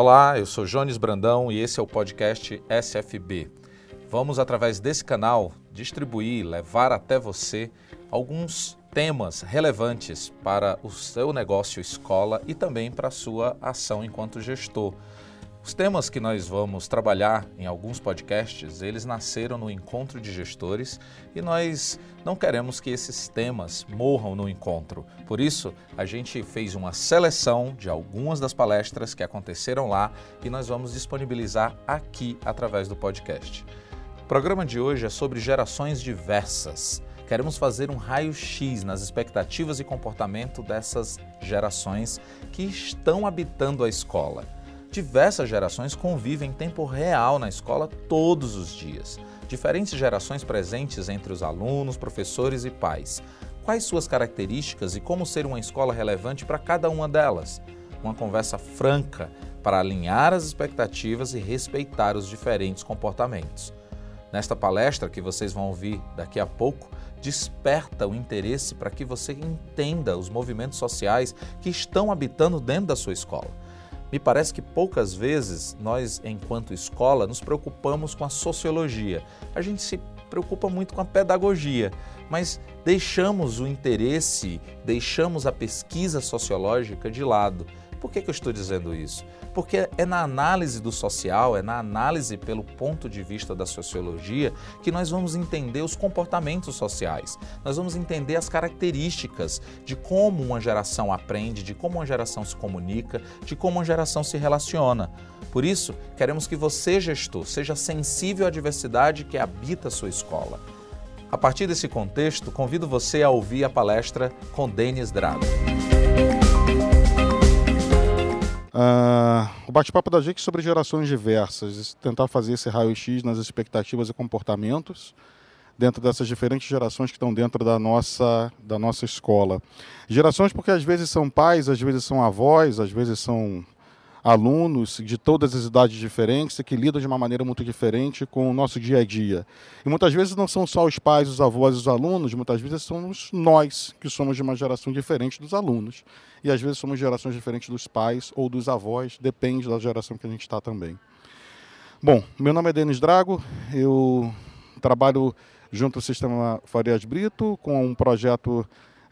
Olá, eu sou Jones Brandão e esse é o podcast SFB. Vamos, através desse canal, distribuir, levar até você alguns temas relevantes para o seu negócio escola e também para a sua ação enquanto gestor. Os temas que nós vamos trabalhar em alguns podcasts, eles nasceram no encontro de gestores e nós não queremos que esses temas morram no encontro. Por isso, a gente fez uma seleção de algumas das palestras que aconteceram lá e nós vamos disponibilizar aqui através do podcast. O programa de hoje é sobre gerações diversas. Queremos fazer um raio-x nas expectativas e comportamento dessas gerações que estão habitando a escola. Diversas gerações convivem em tempo real na escola todos os dias. Diferentes gerações presentes entre os alunos, professores e pais. Quais suas características e como ser uma escola relevante para cada uma delas? Uma conversa franca para alinhar as expectativas e respeitar os diferentes comportamentos. Nesta palestra, que vocês vão ouvir daqui a pouco, desperta o interesse para que você entenda os movimentos sociais que estão habitando dentro da sua escola. Me parece que poucas vezes nós, enquanto escola, nos preocupamos com a sociologia. A gente se preocupa muito com a pedagogia, mas deixamos o interesse, deixamos a pesquisa sociológica de lado. Por que eu estou dizendo isso? Porque é na análise do social, é na análise pelo ponto de vista da sociologia que nós vamos entender os comportamentos sociais. Nós vamos entender as características de como uma geração aprende, de como uma geração se comunica, de como uma geração se relaciona. Por isso, queremos que você, gestor, seja sensível à diversidade que habita a sua escola. A partir desse contexto, convido você a ouvir a palestra com Denis Drago. O bate-papo da gente sobre gerações diversas, tentar fazer esse raio-x nas expectativas e comportamentos dentro dessas diferentes gerações que estão dentro da nossa escola. Gerações porque às vezes são pais, às vezes são avós, às vezes são alunos de todas as idades diferentes e que lidam de uma maneira muito diferente com o nosso dia a dia. E muitas vezes não são só os pais, os avós e os alunos, muitas vezes somos nós que somos de uma geração diferente dos alunos. E às vezes somos gerações diferentes dos pais ou dos avós, depende da geração que a gente está também. Bom, meu nome é Denis Drago, eu trabalho junto ao Sistema Farias Brito com um projeto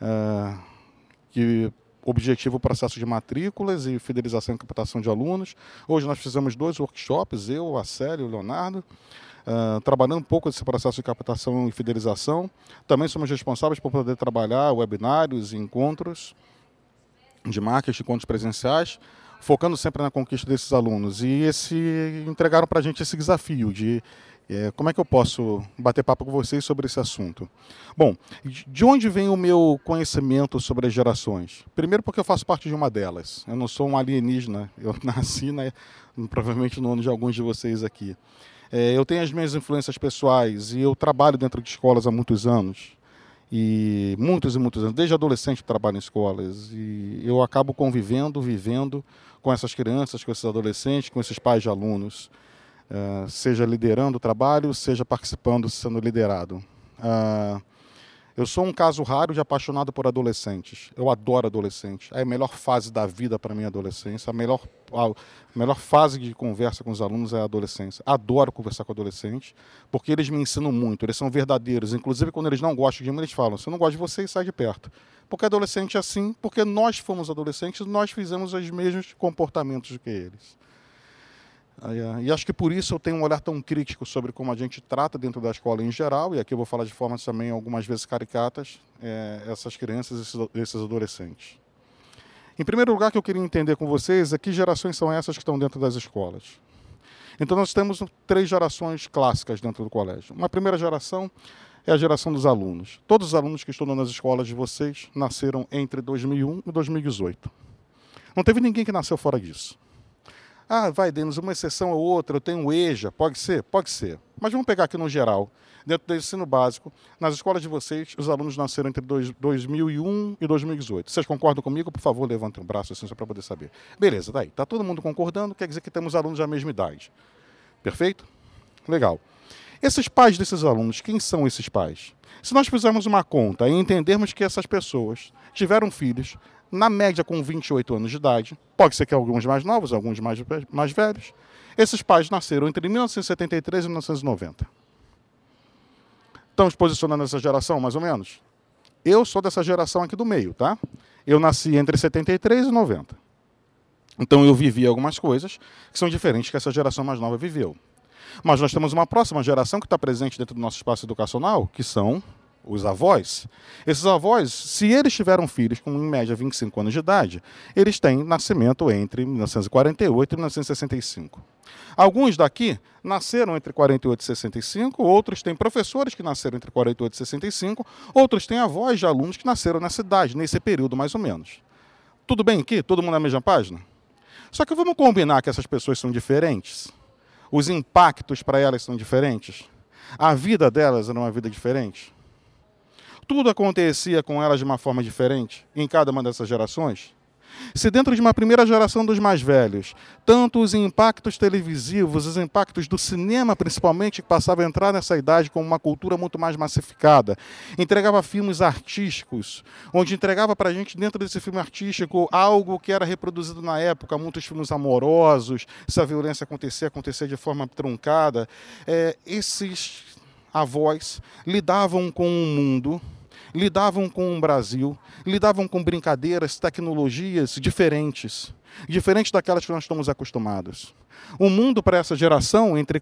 que objetivo o processo de matrículas e fidelização e captação de alunos. Hoje nós fizemos 2 workshops, eu, a Célia e o Leonardo, trabalhando um pouco desse processo de captação e fidelização. Também somos responsáveis por poder trabalhar webinários e encontros de marketing, encontros presenciais, focando sempre na conquista desses alunos. E entregaram para a gente esse desafio de como é que eu posso bater papo com vocês sobre esse assunto? Bom, de onde vem o meu conhecimento sobre as gerações? Primeiro porque eu faço parte de uma delas. Eu não sou um alienígena, eu nasci, provavelmente no ano de alguns de vocês aqui. Eu tenho as minhas influências pessoais e eu trabalho dentro de escolas há muitos anos. E muitos anos, desde adolescente eu trabalho em escolas. E eu acabo vivendo com essas crianças, com esses adolescentes, com esses pais de alunos. Seja liderando o trabalho, seja participando, sendo liderado. Eu sou um caso raro de apaixonado por adolescentes. Eu adoro adolescentes. É a melhor fase da vida para mim, a adolescência. A melhor fase de conversa com os alunos é a adolescência. Adoro conversar com adolescentes, porque eles me ensinam muito, eles são verdadeiros. Inclusive, quando eles não gostam de mim, eles falam: se eu não gosto de você, sai de perto. Porque adolescente é assim, porque nós fomos adolescentes, nós fizemos os mesmos comportamentos que eles. E acho que por isso eu tenho um olhar tão crítico sobre como a gente trata dentro da escola em geral, e aqui eu vou falar de formas também algumas vezes caricatas, essas crianças e esses adolescentes. Em primeiro lugar, que eu queria entender com vocês é que gerações são essas que estão dentro das escolas. Então nós temos 3 gerações clássicas dentro do colégio. Uma primeira geração é a geração dos alunos. Todos os alunos que estudam nas escolas de vocês nasceram entre 2001 e 2018. Não teve ninguém que nasceu fora disso. Vai, Denis, uma exceção ou outra, eu tenho o EJA, pode ser? Pode ser. Mas vamos pegar aqui no geral, dentro do ensino básico, nas escolas de vocês, os alunos nasceram entre 2001 e 2018. Vocês concordam comigo? Por favor, levantem o braço assim, só para poder saber. Beleza, daí, está todo mundo concordando, quer dizer que temos alunos da mesma idade. Perfeito? Legal. Esses pais desses alunos, quem são esses pais? Se nós fizermos uma conta e entendermos que essas pessoas tiveram filhos na média com 28 anos de idade. Pode ser que alguns mais novos, alguns mais velhos. Esses pais nasceram entre 1973 e 1990. Estamos posicionando essa geração, mais ou menos? Eu sou dessa geração aqui do meio, tá? Eu nasci entre 73 e 90. Então eu vivi algumas coisas que são diferentes que essa geração mais nova viveu. Mas nós temos uma próxima geração que está presente dentro do nosso espaço educacional, que são os avós. Esses avós, se eles tiveram filhos com, em média, 25 anos de idade, eles têm nascimento entre 1948 e 1965. Alguns daqui nasceram entre 48 e 65, outros têm professores que nasceram entre 48 e 65, outros têm avós de alunos que nasceram nessa idade, nesse período mais ou menos. Tudo bem aqui? Todo mundo na mesma página? Só que vamos combinar que essas pessoas são diferentes? Os impactos para elas são diferentes? A vida delas era uma vida diferente? Tudo acontecia com elas de uma forma diferente em cada uma dessas gerações? Se dentro de uma primeira geração dos mais velhos, tanto os impactos televisivos, os impactos do cinema principalmente, que passava a entrar nessa idade com uma cultura muito mais massificada, entregava filmes artísticos, onde entregava para a gente dentro desse filme artístico algo que era reproduzido na época, muitos filmes amorosos, se a violência acontecia de forma truncada, esses avós lidavam com o mundo, lidavam com o Brasil, lidavam com brincadeiras, tecnologias diferentes daquelas que nós estamos acostumados. O mundo para essa geração, entre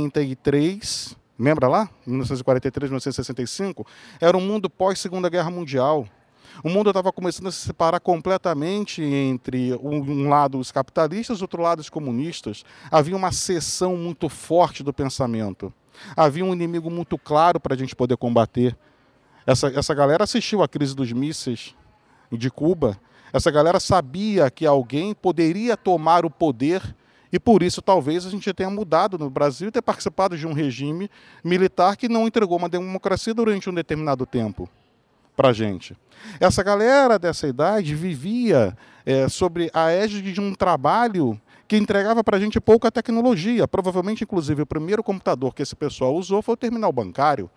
43, lembra lá? 1943, 1965, era um mundo pós-Segunda Guerra Mundial. O mundo estava começando a se separar completamente entre um lado os capitalistas, outro lado os comunistas. Havia uma seção muito forte do pensamento. Havia um inimigo muito claro para a gente poder combater. Essa galera assistiu à crise dos mísseis de Cuba. Essa galera sabia que alguém poderia tomar o poder e por isso talvez a gente tenha mudado no Brasil e ter participado de um regime militar que não entregou uma democracia durante um determinado tempo para a gente. Essa galera dessa idade vivia sobre a égide de um trabalho que entregava para a gente pouca tecnologia. Provavelmente, inclusive, o primeiro computador que esse pessoal usou foi o terminal bancário.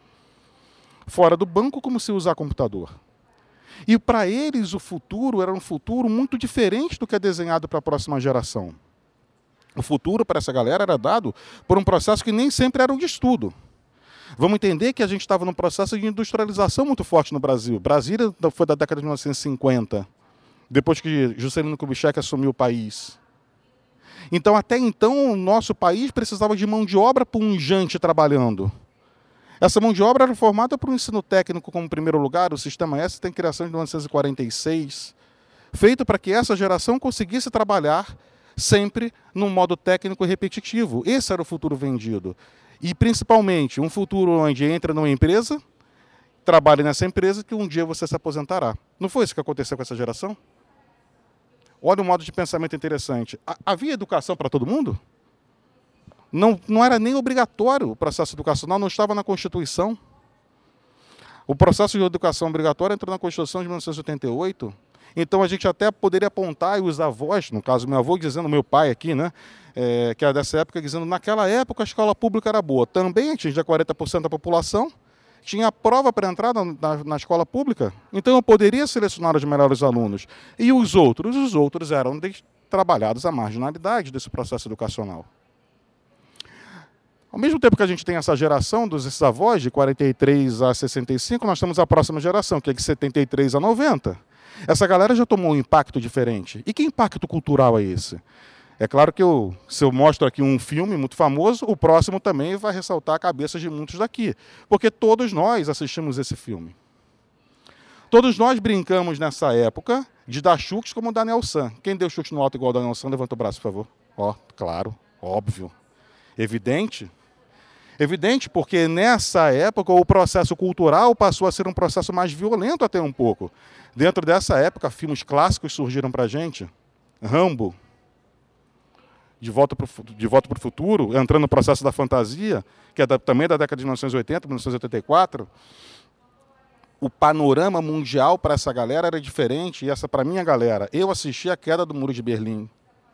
Fora do banco, como se usar computador. E para eles o futuro era um futuro muito diferente do que é desenhado para a próxima geração. O futuro para essa galera era dado por um processo que nem sempre era o de estudo. Vamos entender que a gente estava num processo de industrialização muito forte no Brasil. Brasília foi da década de 1950, depois que Juscelino Kubitschek assumiu o país. Então, até então, o nosso país precisava de mão de obra punjante trabalhando. Essa mão de obra era formada por um ensino técnico como primeiro lugar. O Sistema S tem criação de 1946, feito para que essa geração conseguisse trabalhar sempre num modo técnico e repetitivo. Esse era o futuro vendido. E, principalmente, um futuro onde entra numa empresa, trabalhe nessa empresa, que um dia você se aposentará. Não foi isso que aconteceu com essa geração? Olha um modo de pensamento interessante. Havia educação para todo mundo? Não era nem obrigatório o processo educacional, não estava na Constituição. O processo de educação obrigatória entrou na Constituição de 1988. Então a gente até poderia apontar, e os avós, no caso meu avô dizendo, meu pai aqui, né, que é dessa época, dizendo naquela época a escola pública era boa. Também atingia 40% da população, tinha prova para entrar na escola pública, então eu poderia selecionar os melhores alunos. E os outros eram trabalhados à marginalidade desse processo educacional. Ao mesmo tempo que a gente tem essa geração desses avós, de 43 a 65, nós temos a próxima geração, que é de 73 a 90. Essa galera já tomou um impacto diferente. E que impacto cultural é esse? É claro que se eu mostro aqui um filme muito famoso, o próximo também vai ressaltar a cabeça de muitos daqui. Porque todos nós assistimos esse filme. Todos nós brincamos nessa época de dar chutes como o Daniel San. Quem deu chute no alto igual o Daniel San, levanta o braço, por favor. Ó, claro, óbvio. Evidente? Evidente, porque nessa época o processo cultural passou a ser um processo mais violento até um pouco. Dentro dessa época, filmes clássicos surgiram para a gente. Rambo, De Volta para o Futuro, entrando no processo da fantasia, que é também da década de 1980, 1984. O panorama mundial para essa galera era diferente, e essa para minha galera. Eu assisti a queda do Muro de Berlim.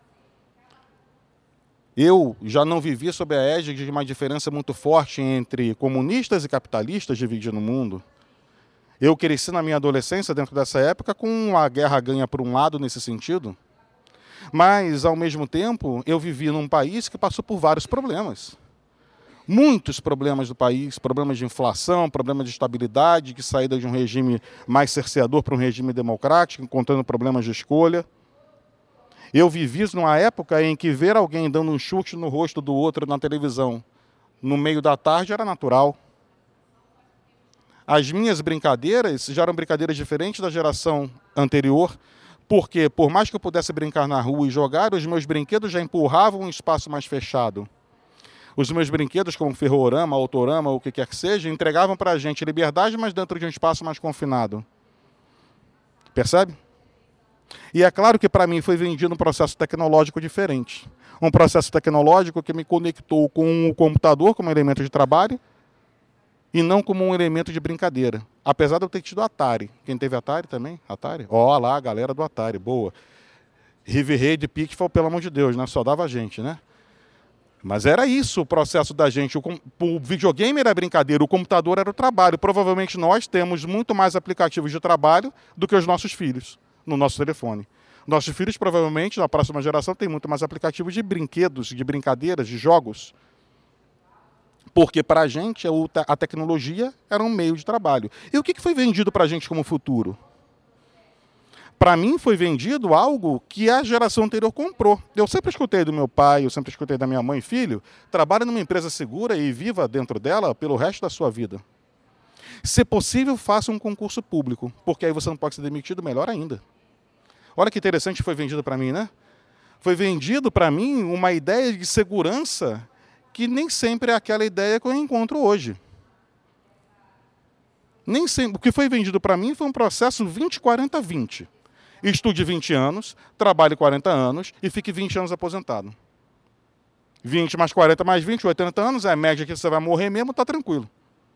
Eu já não vivi sob a égide de uma diferença muito forte entre comunistas e capitalistas dividindo o mundo. Eu cresci na minha adolescência, dentro dessa época, com a guerra ganha por um lado nesse sentido. Mas, ao mesmo tempo, eu vivi num país que passou por vários problemas. Muitos problemas do país, problemas de inflação, problemas de estabilidade, de saída de um regime mais cerceador para um regime democrático, encontrando problemas de escolha. Eu vivi numa época em que ver alguém dando um chute no rosto do outro na televisão no meio da tarde era natural. As minhas brincadeiras já eram brincadeiras diferentes da geração anterior, porque por mais que eu pudesse brincar na rua e jogar, os meus brinquedos já empurravam um espaço mais fechado. Os meus brinquedos, como ferrorama, autorama, ou o que quer que seja, entregavam para a gente liberdade, mas dentro de um espaço mais confinado. Percebe? E é claro que para mim foi vendido um processo tecnológico diferente. Um processo tecnológico que me conectou com o computador como elemento de trabalho e não como um elemento de brincadeira. Apesar de eu ter tido Atari. Quem teve Atari também? Atari? Ó lá, a galera do Atari, boa. River Raid, Pitfall, pelo amor de Deus, né? Só dava a gente, né? Mas era isso o processo da gente. O videogame era brincadeira, o computador era o trabalho. Provavelmente nós temos muito mais aplicativos de trabalho do que os nossos filhos no nosso telefone. Nossos filhos, provavelmente, na próxima geração, têm muito mais aplicativos de brinquedos, de brincadeiras, de jogos. Porque para a gente a tecnologia era um meio de trabalho. E o que foi vendido para a gente como futuro? Para mim foi vendido algo que a geração anterior comprou. Eu sempre escutei do meu pai, eu sempre escutei da minha mãe, filho, trabalhe numa empresa segura e viva dentro dela pelo resto da sua vida. Se possível, faça um concurso público, porque aí você não pode ser demitido, melhor ainda. Olha que interessante foi vendido para mim, né? Foi vendido para mim uma ideia de segurança que nem sempre é aquela ideia que eu encontro hoje. Nem sempre. O que foi vendido para mim foi um processo 20, 40, 20. Estude 20 anos, trabalhe 40 anos e fique 20 anos aposentado. 20 mais 40 mais 20, 80 anos, é a média que você vai morrer mesmo, está tranquilo.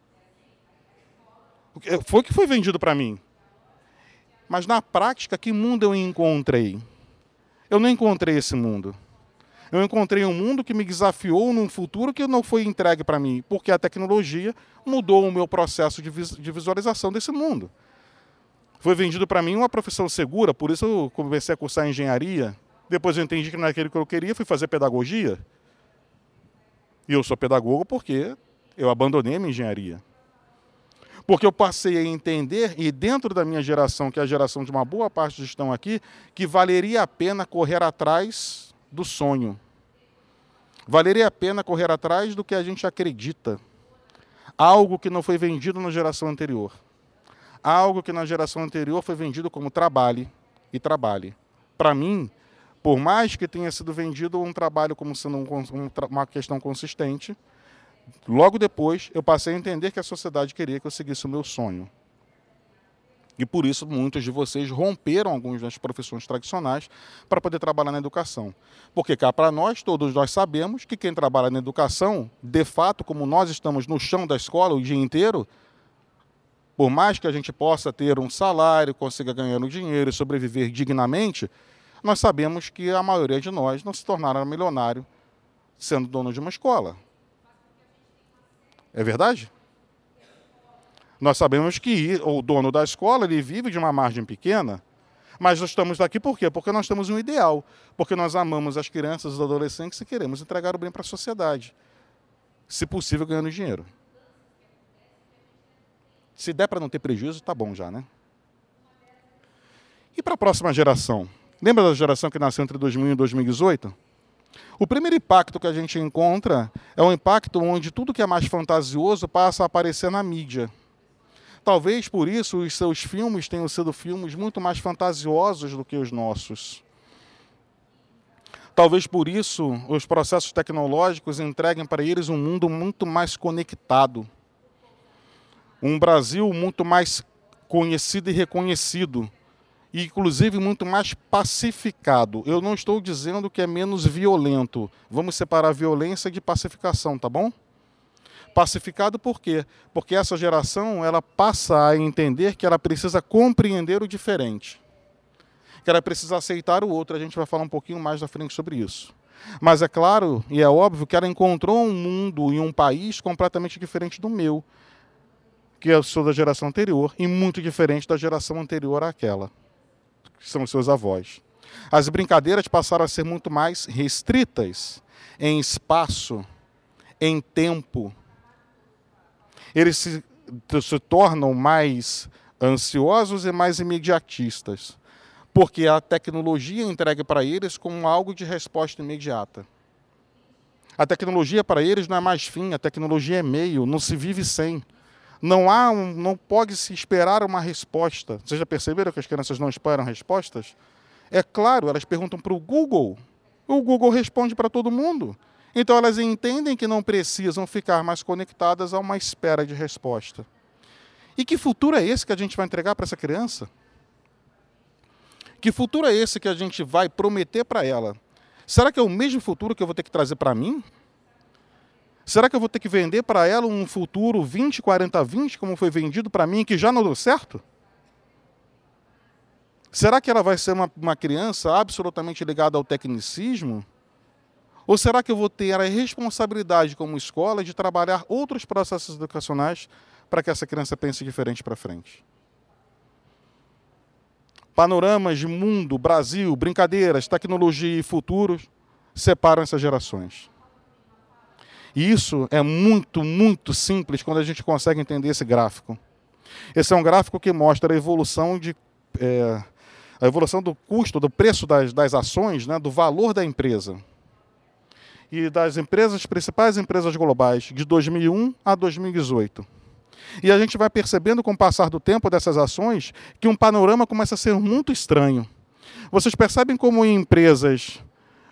Foi o que foi vendido para mim. Mas na prática, que mundo eu encontrei? Eu não encontrei esse mundo. Eu encontrei um mundo que me desafiou num futuro que não foi entregue para mim, porque a tecnologia mudou o meu processo de visualização desse mundo. Foi vendido para mim uma profissão segura, por isso eu comecei a cursar engenharia. Depois eu entendi que não era aquilo que eu queria, fui fazer pedagogia. E eu sou pedagogo porque eu abandonei a minha engenharia. Porque eu passei a entender, e dentro da minha geração, que é a geração de uma boa parte dos que estão aqui, que valeria a pena correr atrás do sonho. Valeria a pena correr atrás do que a gente acredita. Algo que não foi vendido na geração anterior. Algo que na geração anterior foi vendido como trabalhe e trabalhe. Para mim, por mais que tenha sido vendido um trabalho como sendo uma questão consistente, logo depois eu passei a entender que a sociedade queria que eu seguisse o meu sonho. E por isso muitos de vocês romperam algumas das profissões tradicionais para poder trabalhar na educação. Porque cá para nós, todos nós sabemos que quem trabalha na educação, de fato, como nós estamos no chão da escola o dia inteiro, por mais que a gente possa ter um salário, consiga ganhar um dinheiro e sobreviver dignamente, nós sabemos que a maioria de nós não se tornará milionário sendo dono de uma escola. É verdade? Nós sabemos que o dono da escola ele vive de uma margem pequena, mas nós estamos aqui por quê? Porque nós temos um ideal, porque nós amamos as crianças e os adolescentes e queremos entregar o bem para a sociedade, se possível ganhando dinheiro. Se der para não ter prejuízo, tá bom já, né? E para a próxima geração? Lembra da geração que nasceu entre 2000 e 2018? O primeiro impacto que a gente encontra é um impacto onde tudo que é mais fantasioso passa a aparecer na mídia. Talvez por isso os seus filmes tenham sido filmes muito mais fantasiosos do que os nossos. Talvez por isso os processos tecnológicos entreguem para eles um mundo muito mais conectado. Um Brasil muito mais conhecido e reconhecido. E, inclusive, muito mais pacificado. Eu não estou dizendo que é menos violento. Vamos separar violência de pacificação, tá bom? Pacificado por quê? Porque essa geração ela passa a entender que ela precisa compreender o diferente. Que ela precisa aceitar o outro. A gente vai falar um pouquinho mais na frente sobre isso. Mas é claro e é óbvio que ela encontrou um mundo e um país completamente diferente do meu. que eu sou da geração anterior, e muito diferente da geração anterior àquela, que são os seus avós. As brincadeiras passaram a ser muito mais restritas em espaço, em tempo. Eles se tornam mais ansiosos e mais imediatistas, porque a tecnologia é entregue para eles como algo de resposta imediata. A tecnologia para eles não é mais fim, a tecnologia é meio, não se vive sem. Não pode se esperar uma resposta. Vocês já perceberam que as crianças não esperam respostas? É claro, elas perguntam para o Google responde para todo mundo. Então elas entendem que não precisam ficar mais conectadas a uma espera de resposta. E que futuro é esse que a gente vai entregar para essa criança? Que futuro é esse que a gente vai prometer para ela? Será que é o mesmo futuro que eu vou ter que trazer para mim? Será que eu vou ter que vender para ela um futuro 20, 40, 20, como foi vendido para mim, que já não deu certo? Será que ela vai ser uma criança absolutamente ligada ao tecnicismo? Ou será que eu vou ter a responsabilidade como escola de trabalhar outros processos educacionais para que essa criança pense diferente para frente? Panoramas de mundo, Brasil, brincadeiras, tecnologia e futuro separam essas gerações. E isso é muito, muito simples quando a gente consegue entender esse gráfico. Esse é um gráfico que mostra a evolução do custo, do preço das ações, né, do valor da empresa. E das principais empresas globais, de 2001 a 2018. E a gente vai percebendo, com o passar do tempo dessas ações, que um panorama começa a ser muito estranho. Vocês percebem como empresas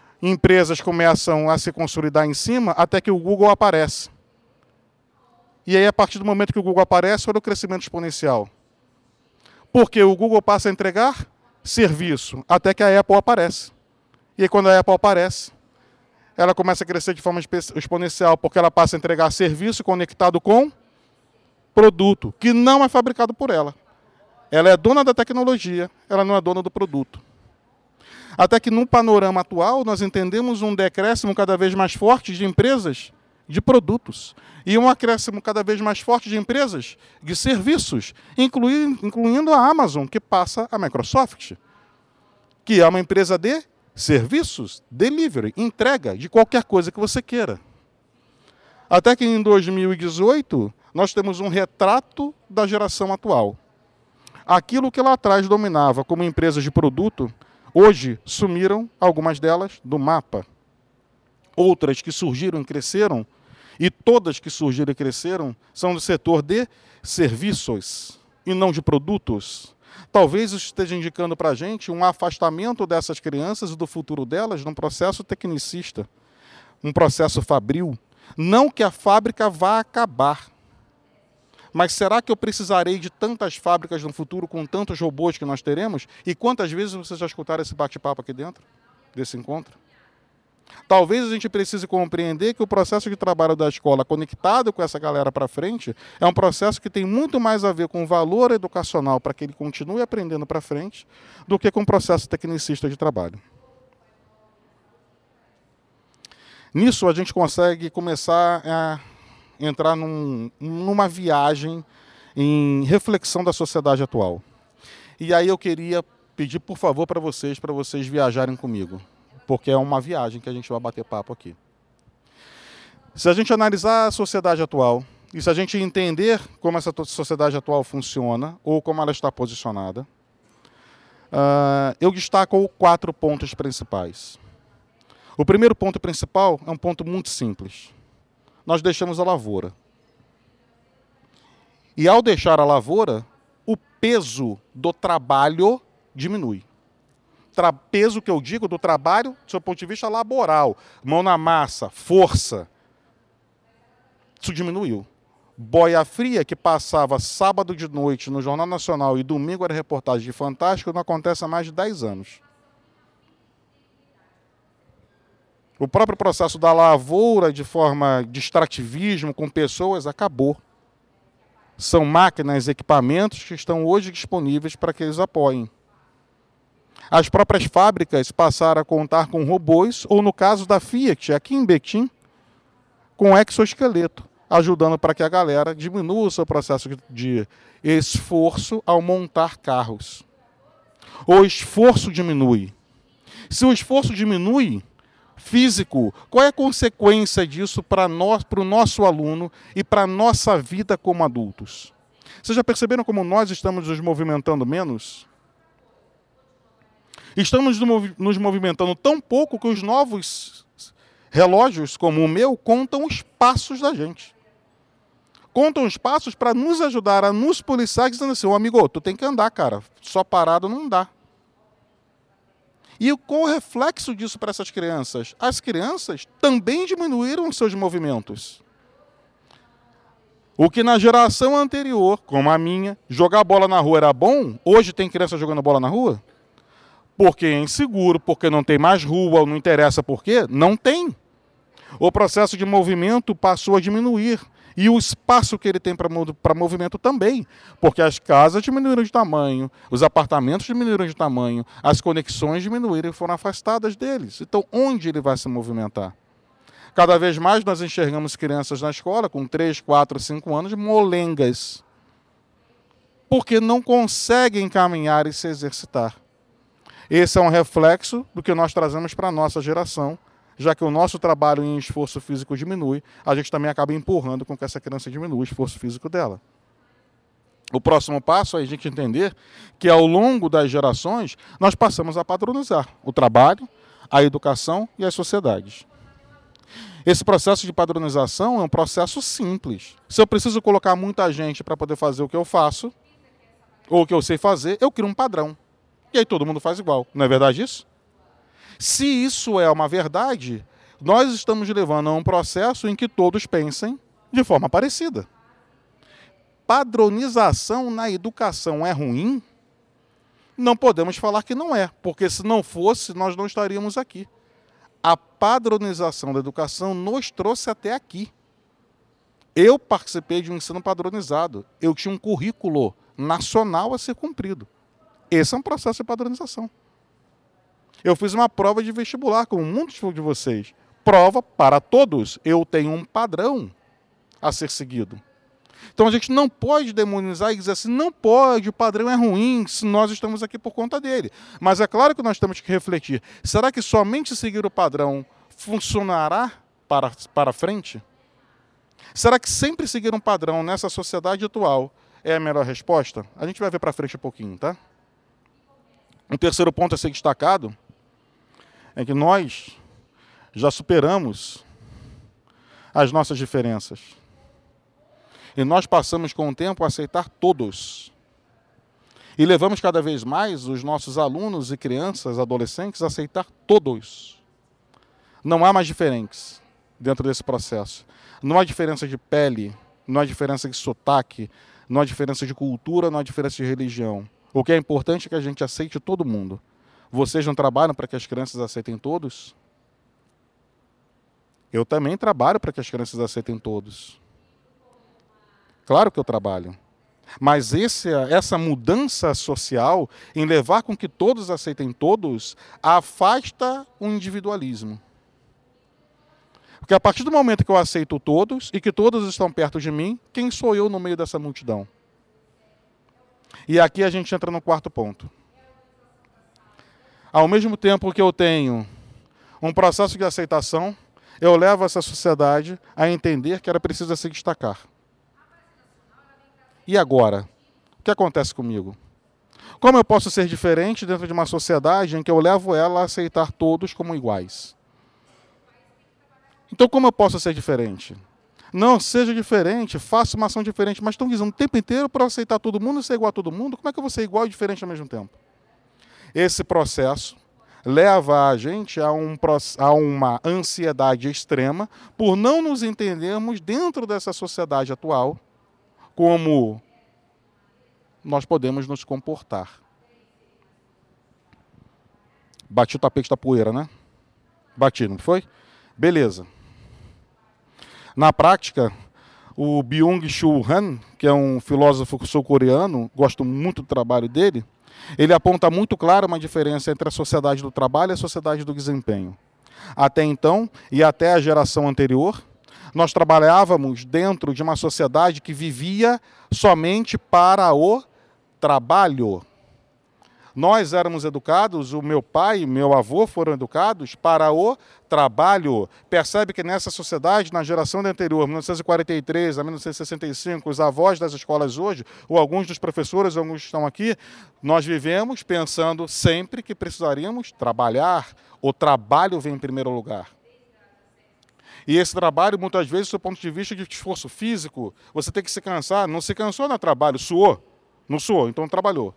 começam a se consolidar em cima até que o Google aparece. E aí, a partir do momento que o Google aparece, olha o crescimento exponencial. Porque o Google passa a entregar serviço até que a Apple aparece. E aí, quando a Apple aparece, ela começa a crescer de forma exponencial, porque ela passa a entregar serviço conectado com produto, que não é fabricado por ela. Ela é dona da tecnologia, ela não é dona do produto. Até que, no panorama atual, nós entendemos um decréscimo cada vez mais forte de empresas de produtos e um acréscimo cada vez mais forte de empresas de serviços, incluindo a Amazon, que passa a Microsoft, que é uma empresa de serviços, delivery, entrega de qualquer coisa que você queira. Até que em 2018, nós temos um retrato da geração atual. Aquilo que lá atrás dominava como empresas de produto, hoje sumiram algumas delas do mapa. Outras que surgiram e cresceram, e todas que surgiram e cresceram, são do setor de serviços e não de produtos. Talvez isso esteja indicando para a gente um afastamento dessas crianças e do futuro delas num processo tecnicista, um processo fabril. Não que a fábrica vá acabar, mas será que eu precisarei de tantas fábricas no futuro com tantos robôs que nós teremos? E quantas vezes vocês já escutaram esse bate-papo aqui dentro desse encontro? Talvez a gente precise compreender que o processo de trabalho da escola conectado com essa galera para frente é um processo que tem muito mais a ver com o valor educacional para que ele continue aprendendo para frente do que com o processo tecnicista de trabalho. Nisso a gente consegue começar a entrar numa viagem em reflexão da sociedade atual. E aí eu queria pedir, por favor, para vocês viajarem comigo, porque é uma viagem que a gente vai bater papo aqui. Se a gente analisar a sociedade atual, e se a gente entender como essa sociedade atual funciona, ou como ela está posicionada, eu destaco 4 pontos principais. O primeiro ponto principal é um ponto muito simples. Nós deixamos a lavoura. E ao deixar a lavoura, o peso do trabalho diminui. Peso que eu digo do trabalho, do seu ponto de vista laboral, mão na massa, força. Isso diminuiu. Boia fria, que passava sábado de noite no Jornal Nacional e domingo era reportagem de Fantástico, não acontece há mais de 10 anos. O próprio processo da lavoura de forma de extrativismo com pessoas acabou. São máquinas, equipamentos que estão hoje disponíveis para que eles apoiem. As próprias fábricas passaram a contar com robôs, ou no caso da Fiat, aqui em Betim, com exoesqueleto, ajudando para que a galera diminua o seu processo de esforço ao montar carros. O esforço diminui. Se o esforço diminui, físico, qual é a consequência disso para o nosso aluno e para a nossa vida como adultos? Vocês já perceberam como nós estamos nos movimentando menos? Estamos nos movimentando tão pouco que os novos relógios, como o meu, contam os passos da gente. Contam os passos para nos ajudar a nos policiar, dizendo assim, amigo, tu tem que andar, cara, só parado não dá. E qual o reflexo disso para essas crianças? As crianças também diminuíram os seus movimentos. O que na geração anterior, como a minha, jogar bola na rua era bom, hoje tem criança jogando bola na rua? Porque é inseguro, porque não tem mais rua, não interessa por quê? Não tem. O processo de movimento passou a diminuir. E o espaço que ele tem para movimento também. Porque as casas diminuíram de tamanho, os apartamentos diminuíram de tamanho, as conexões diminuíram e foram afastadas deles. Então, onde ele vai se movimentar? Cada vez mais nós enxergamos crianças na escola com 3, 4, 5 anos molengas. Porque não conseguem caminhar e se exercitar. Esse é um reflexo do que nós trazemos para a nossa geração. Já que o nosso trabalho em esforço físico diminui, a gente também acaba empurrando com que essa criança diminua o esforço físico dela. O próximo passo é a gente entender que ao longo das gerações nós passamos a padronizar o trabalho, a educação e as sociedades. Esse processo de padronização é um processo simples. Se eu preciso colocar muita gente para poder fazer o que eu faço, ou o que eu sei fazer, eu crio um padrão. E aí todo mundo faz igual. Não é verdade isso? Se isso é uma verdade, nós estamos levando a um processo em que todos pensem de forma parecida. Padronização na educação é ruim? Não podemos falar que não é, porque se não fosse, nós não estaríamos aqui. A padronização da educação nos trouxe até aqui. Eu participei de um ensino padronizado. Eu tinha um currículo nacional a ser cumprido. Esse é um processo de padronização. Eu fiz uma prova de vestibular, como muitos de vocês. Prova para todos. Eu tenho um padrão a ser seguido. Então a gente não pode demonizar e dizer assim, não pode, o padrão é ruim, se nós estamos aqui por conta dele. Mas é claro que nós temos que refletir. Será que somente seguir o padrão funcionará para frente? Será que sempre seguir um padrão nessa sociedade atual é a melhor resposta? A gente vai ver para frente um pouquinho, tá? Um terceiro ponto a ser destacado é que nós já superamos as nossas diferenças. E nós passamos com o tempo a aceitar todos. E levamos cada vez mais os nossos alunos e crianças, adolescentes, a aceitar todos. Não há mais diferentes dentro desse processo. Não há diferença de pele, não há diferença de sotaque, não há diferença de cultura, não há diferença de religião. O que é importante é que a gente aceite todo mundo. Vocês não trabalham para que as crianças aceitem todos? Eu também trabalho para que as crianças aceitem todos. Claro que eu trabalho. Mas essa mudança social, em levar com que todos aceitem todos, afasta o individualismo. Porque a partir do momento que eu aceito todos e que todos estão perto de mim, quem sou eu no meio dessa multidão? E aqui a gente entra no quarto ponto. Ao mesmo tempo que eu tenho um processo de aceitação, eu levo essa sociedade a entender que ela precisa se destacar. E agora? O que acontece comigo? Como eu posso ser diferente dentro de uma sociedade em que eu levo ela a aceitar todos como iguais? Então, como eu posso ser diferente? Não, seja diferente, faça uma ação diferente, mas estão dizendo o tempo inteiro para aceitar todo mundo e ser igual a todo mundo? Como é que eu vou ser igual e diferente ao mesmo tempo? Esse processo leva a gente a uma ansiedade extrema por não nos entendermos dentro dessa sociedade atual como nós podemos nos comportar. Bati o tapete da poeira, né? Bati, não foi? Beleza. Na prática, o Byung-Chul Han, que é um filósofo sul-coreano, gosto muito do trabalho dele, ele aponta muito claro uma diferença entre a sociedade do trabalho e a sociedade do desempenho. Até então, e até a geração anterior, Nós trabalhávamos dentro de uma sociedade que vivia somente para o trabalho. Nós éramos educados, o meu pai e meu avô foram educados para o trabalho. Percebe que nessa sociedade, na geração anterior, 1943 a 1965, os avós das escolas hoje, ou alguns dos professores, alguns que estão aqui, nós vivemos pensando sempre que precisaríamos trabalhar. O trabalho vem em primeiro lugar. E esse trabalho, muitas vezes, do ponto de vista de esforço físico, você tem que se cansar. Não se cansou no trabalho, suou. Não suou, então trabalhou.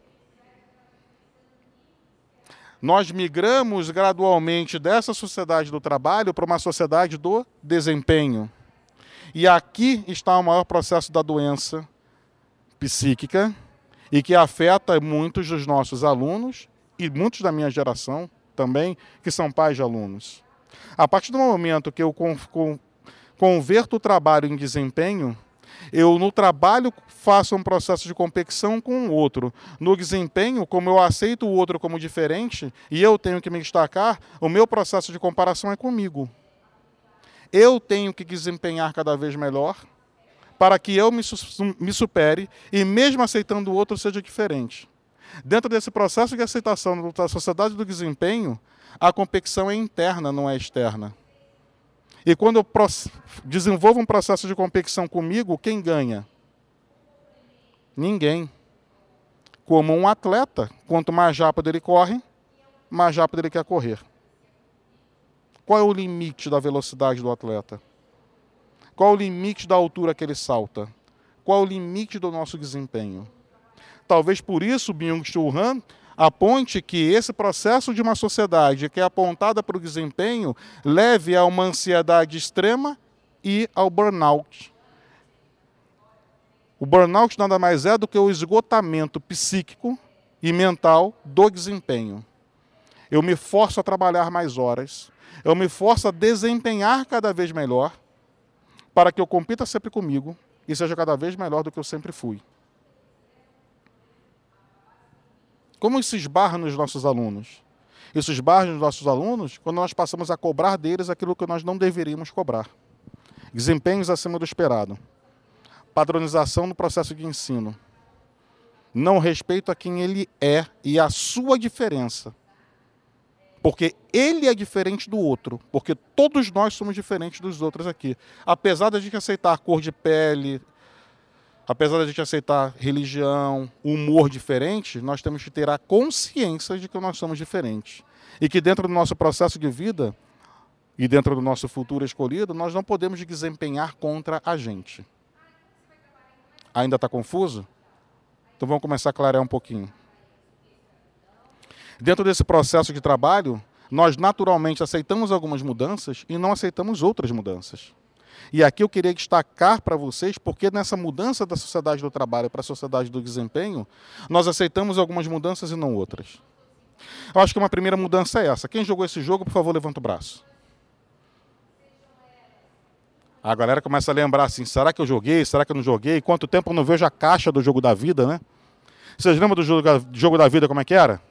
Nós migramos gradualmente dessa sociedade do trabalho para uma sociedade do desempenho. E aqui está o maior processo da doença psíquica e que afeta muitos dos nossos alunos e muitos da minha geração também, que são pais de alunos. A partir do momento que eu converto o trabalho em desempenho, eu no trabalho faço um processo de competição com o outro. No desempenho, como eu aceito o outro como diferente e eu tenho que me destacar, o meu processo de comparação é comigo. Eu tenho que desempenhar cada vez melhor para que eu me supere e mesmo aceitando o outro seja diferente. Dentro desse processo de aceitação da sociedade do desempenho, a competição é interna, não é externa. E quando eu desenvolvo um processo de competição comigo, quem ganha? Ninguém. Como um atleta, quanto mais rápido ele corre, mais rápido ele quer correr. Qual é o limite da velocidade do atleta? Qual é o limite da altura que ele salta? Qual é o limite do nosso desempenho? Talvez por isso Byung-Chul Han aponte que esse processo de uma sociedade que é apontada para o desempenho leve a uma ansiedade extrema e ao burnout. O burnout nada mais é do que o esgotamento psíquico e mental do desempenho. Eu me forço a trabalhar mais horas, eu me forço a desempenhar cada vez melhor para que eu compita sempre comigo e seja cada vez melhor do que eu sempre fui. Como isso esbarra nos nossos alunos? Isso esbarra nos nossos alunos quando nós passamos a cobrar deles aquilo que nós não deveríamos cobrar. Desempenhos acima do esperado. Padronização no processo de ensino. Não respeito a quem ele é e a sua diferença. Porque ele é diferente do outro. Porque todos nós somos diferentes dos outros aqui. Apesar de a gente aceitar cor de pele, apesar de a gente aceitar religião, humor diferente, nós temos que ter a consciência de que nós somos diferentes. E que dentro do nosso processo de vida e dentro do nosso futuro escolhido, nós não podemos desempenhar contra a gente. Ainda está confuso? Então vamos começar a clarear um pouquinho. Dentro desse processo de trabalho, nós naturalmente aceitamos algumas mudanças e não aceitamos outras mudanças. E aqui eu queria destacar para vocês porque nessa mudança da sociedade do trabalho para a sociedade do desempenho, nós aceitamos algumas mudanças e não outras. Eu acho que uma primeira mudança é essa. Quem jogou esse jogo, por favor, levanta o braço. A galera começa a lembrar assim, será que eu joguei, será que eu não joguei? Quanto tempo eu não vejo a caixa do jogo da vida, né? Vocês lembram do jogo da vida, como é que era?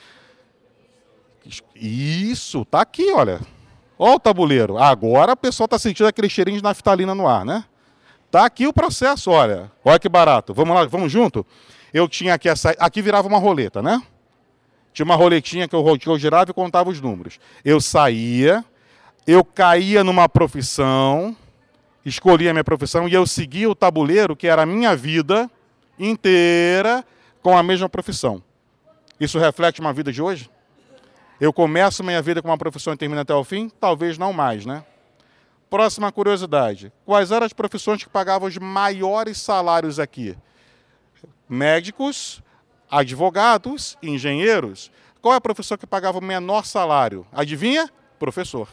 Isso, tá aqui, olha. Olha o tabuleiro. Agora o pessoal está sentindo aquele cheirinho de naftalina no ar, né? Tá aqui o processo, olha. Olha que barato. Vamos lá, vamos junto? Eu tinha aqui essa... Aqui virava uma roleta, né? Tinha uma roletinha que eu girava e contava os números. Eu saía, eu caía numa profissão, escolhia a minha profissão e eu seguia o tabuleiro, que era a minha vida inteira, com a mesma profissão. Isso reflete uma vida de hoje? Eu começo minha vida com uma profissão e termino até o fim? Talvez não mais, né? Próxima curiosidade. Quais eram as profissões que pagavam os maiores salários aqui? Médicos, advogados, engenheiros. Qual é a profissão que pagava o menor salário? Adivinha? Professor.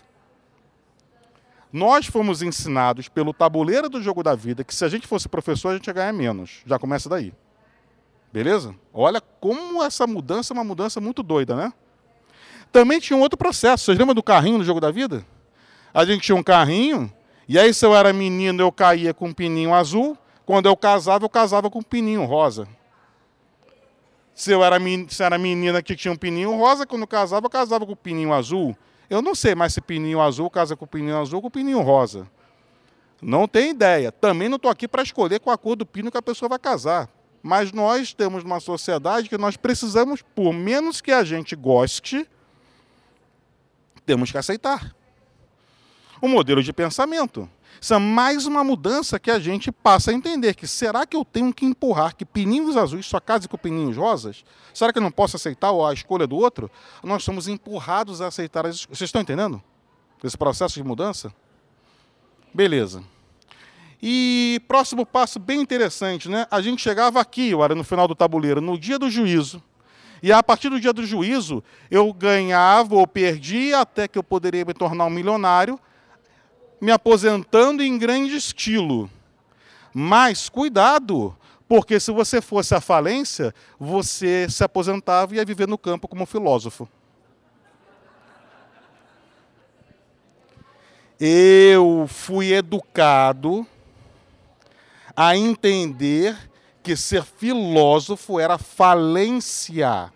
Nós fomos ensinados pelo tabuleiro do jogo da vida que se a gente fosse professor, a gente ia ganhar menos. Já começa daí. Beleza? Olha como essa mudança é uma mudança muito doida, né? Também tinha um outro processo. Vocês lembram do carrinho no jogo da vida? A gente tinha um carrinho, e aí se eu era menino, eu caía com um pininho azul. Quando eu casava com um pininho rosa. Se eu era menina que tinha um pininho rosa, quando eu casava com o pininho azul. Eu não sei mais se pininho azul casa com o pininho azul ou com o pininho rosa. Não tem ideia. Também não estou aqui para escolher com a cor do pino que a pessoa vai casar. Mas nós temos uma sociedade que nós precisamos, por menos que a gente goste, temos que aceitar. O modelo de pensamento. Isso é mais uma mudança que a gente passa a entender. Que será que eu tenho que empurrar que pininhos azuis só casem com pininhos rosas? Será que eu não posso aceitar a escolha do outro? Nós somos empurrados a aceitar as escolhas. Vocês estão entendendo esse processo de mudança? Beleza. E próximo passo bem interessante, né? A gente chegava aqui, olha, no final do tabuleiro, no dia do juízo. E a partir do dia do juízo, eu ganhava ou perdia até que eu poderia me tornar um milionário, me aposentando em grande estilo. Mas cuidado, porque se você fosse à falência, você se aposentava e ia viver no campo como filósofo. Eu fui educado a entender que ser filósofo era falência.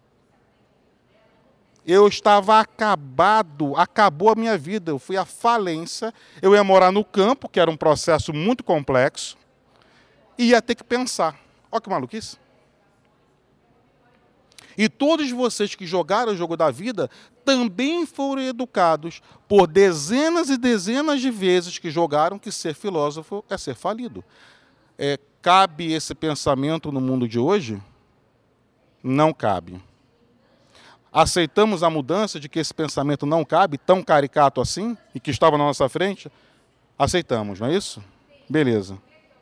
Eu estava acabado, acabou a minha vida, eu fui à falência, eu ia morar no campo, que era um processo muito complexo, e ia ter que pensar. Olha que maluquice. E todos vocês que jogaram o jogo da vida também foram educados por dezenas e dezenas de vezes que jogaram que ser filósofo é ser falido. Cabe esse pensamento no mundo de hoje? Não cabe. Aceitamos a mudança de que esse pensamento não cabe, tão caricato assim, e que estava na nossa frente? Aceitamos, não é isso? Beleza.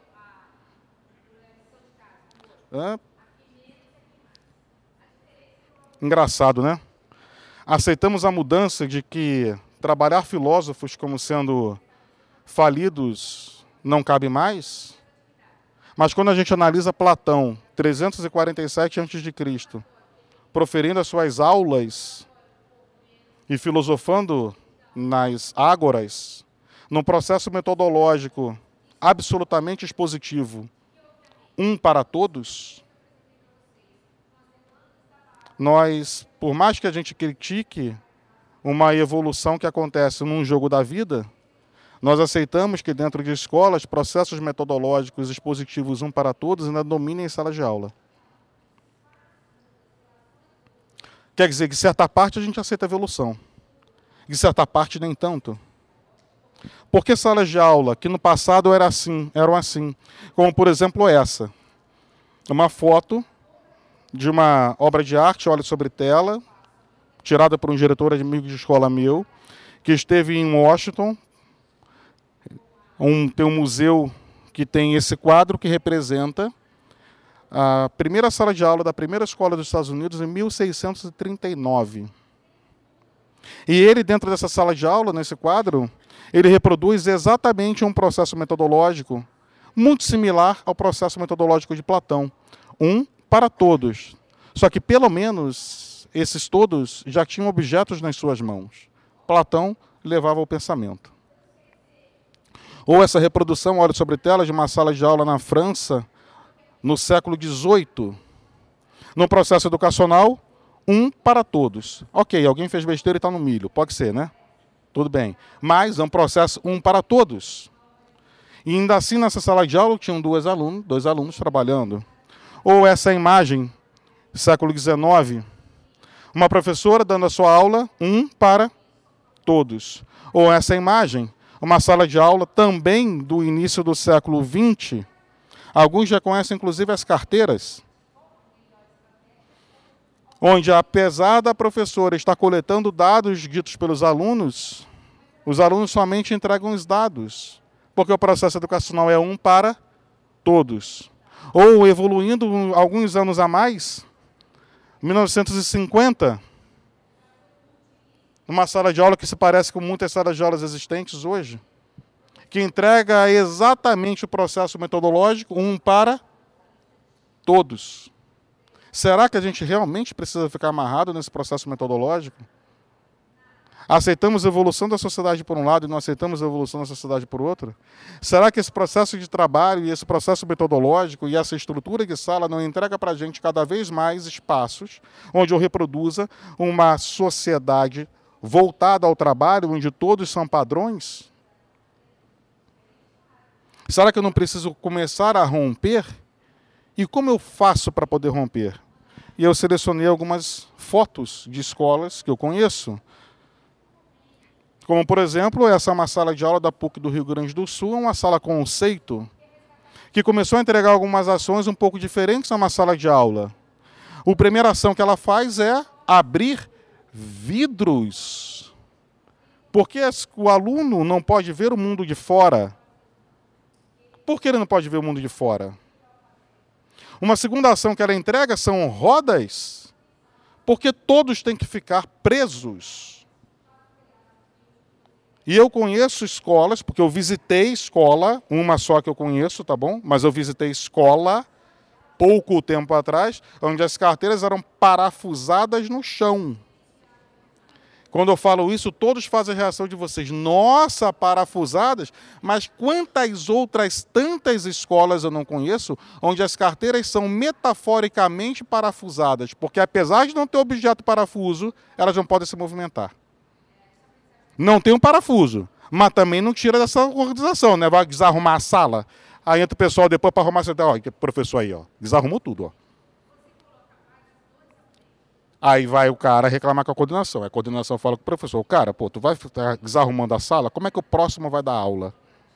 Engraçado, né? Aceitamos a mudança de que trabalhar filósofos como sendo falidos não cabe mais, mas quando a gente analisa Platão, 347 a.C., proferindo as suas aulas e filosofando nas ágoras, num processo metodológico absolutamente expositivo, um para todos, nós, por mais que a gente critique uma evolução que acontece num jogo da vida, nós aceitamos que dentro de escolas, processos metodológicos expositivos um para todos ainda dominem em sala de aula. Quer dizer que, de certa parte, a gente aceita a evolução. De certa parte, nem tanto. Porque salas de aula que no passado eram assim, como, por exemplo, essa. Uma foto de uma obra de arte, olha sobre tela, tirada por um diretor amigo de escola meu, que esteve em Washington. Tem um museu que tem esse quadro que representa a primeira sala de aula da primeira escola dos Estados Unidos em 1639. E ele, dentro dessa sala de aula, nesse quadro, ele reproduz exatamente um processo metodológico muito similar ao processo metodológico de Platão. Um para todos. Só que, pelo menos, esses todos já tinham objetos nas suas mãos. Platão levava ao pensamento. Ou essa reprodução, olha sobre tela, de uma sala de aula na França, no século XVIII, no processo educacional, um para todos. Ok, alguém fez besteira e está no milho, pode ser, né? Tudo bem. Mas é um processo um para todos. E ainda assim, nessa sala de aula, tinham dois alunos trabalhando. Ou essa imagem, século XIX, uma professora dando a sua aula, um para todos. Ou essa imagem, uma sala de aula também do início do século XX. Alguns já conhecem, inclusive, as carteiras, onde, apesar da professora estar coletando dados ditos pelos alunos, os alunos somente entregam os dados, porque o processo educacional é um para todos. Ou, evoluindo alguns anos a mais, 1950, numa sala de aula que se parece com muitas salas de aulas existentes hoje, que entrega exatamente o processo metodológico, um para todos. Será que a gente realmente precisa ficar amarrado nesse processo metodológico? Aceitamos a evolução da sociedade por um lado e não aceitamos a evolução da sociedade por outro? Será que esse processo de trabalho e esse processo metodológico e essa estrutura de sala não entrega para a gente cada vez mais espaços onde eu reproduza uma sociedade voltada ao trabalho, onde todos são padrões? Será que eu não preciso começar a romper? E como eu faço para poder romper? E eu selecionei algumas fotos de escolas que eu conheço. Como, por exemplo, essa é uma sala de aula da PUC do Rio Grande do Sul, uma sala conceito, que começou a entregar algumas ações um pouco diferentes numa sala de aula. A primeira ação que ela faz é abrir vidros. Porque o aluno não pode ver o mundo de fora. Por que ele não pode ver o mundo de fora? Uma segunda ação que ela entrega são rodas, porque todos têm que ficar presos. E eu conheço escolas, porque eu visitei escola, uma só que eu conheço, tá bom? Mas eu visitei escola pouco tempo atrás, onde as carteiras eram parafusadas no chão. Quando eu falo isso, todos fazem a reação de vocês. Nossa, parafusadas? Mas quantas outras tantas escolas eu não conheço, onde as carteiras são metaforicamente parafusadas? Porque apesar de não ter objeto parafuso, elas não podem se movimentar. Não tem um parafuso, mas também não tira dessa organização, né? Vai desarrumar a sala. Aí entra o pessoal depois para arrumar. Ó, professor aí, ó, desarrumou tudo, ó. Aí vai o cara reclamar com a coordenação. A coordenação fala com o professor, cara, pô, tu vai ficar desarrumando a sala, como é que o próximo vai dar aula?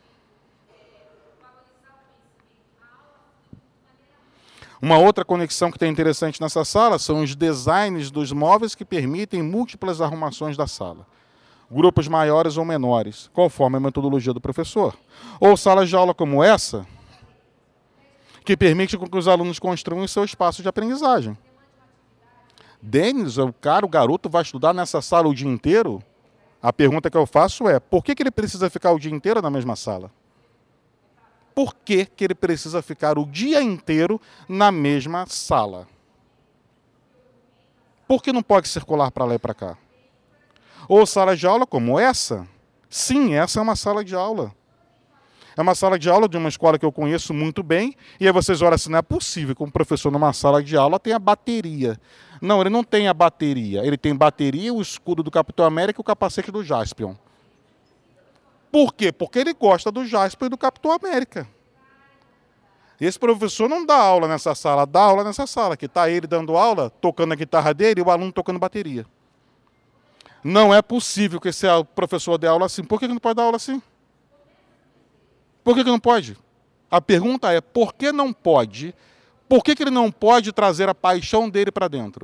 Uma outra conexão que tem interessante nessa sala são os designs dos móveis que permitem múltiplas arrumações da sala. Grupos maiores ou menores, conforme a metodologia do professor. Ou salas de aula como essa, que permite que os alunos construam seu espaço de aprendizagem. Denis, o garoto vai estudar nessa sala o dia inteiro? A pergunta que eu faço é, por que ele precisa ficar o dia inteiro na mesma sala? Por que ele precisa ficar o dia inteiro na mesma sala? Por que não pode circular para lá e para cá? Ou sala de aula como essa? Sim, essa é uma sala de aula. É uma sala de aula de uma escola que eu conheço muito bem, e aí vocês olham assim, não é possível que um professor numa sala de aula tenha bateria. Não, ele não tem a bateria. Ele tem bateria, o escudo do Capitão América e o capacete do Jaspion. Por quê? Porque ele gosta do Jaspion e do Capitão América. Esse professor não dá aula nessa sala, dá aula nessa sala, que está ele dando aula, tocando a guitarra dele e o aluno tocando bateria. Não é possível que esse professor dê aula assim. Por que ele não pode dar aula assim? Por que não pode? A pergunta é, por que não pode? Por que ele não pode trazer a paixão dele para dentro?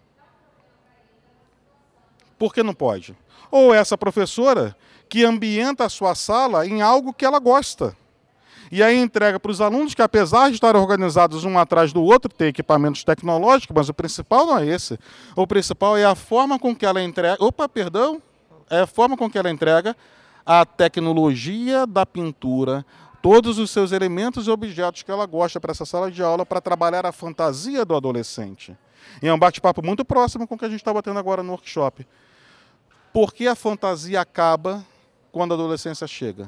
Por que não pode? Ou essa professora que ambienta a sua sala em algo que ela gosta. E aí entrega para os alunos que, apesar de estarem organizados um atrás do outro, ter equipamentos tecnológicos, mas o principal não é esse. O principal é a forma com que ela entrega... É a forma com que ela entrega a tecnologia da pintura, todos os seus elementos e objetos que ela gosta para essa sala de aula, para trabalhar a fantasia do adolescente. E é um bate-papo muito próximo com o que a gente está batendo agora no workshop. Por que a fantasia acaba quando a adolescência chega?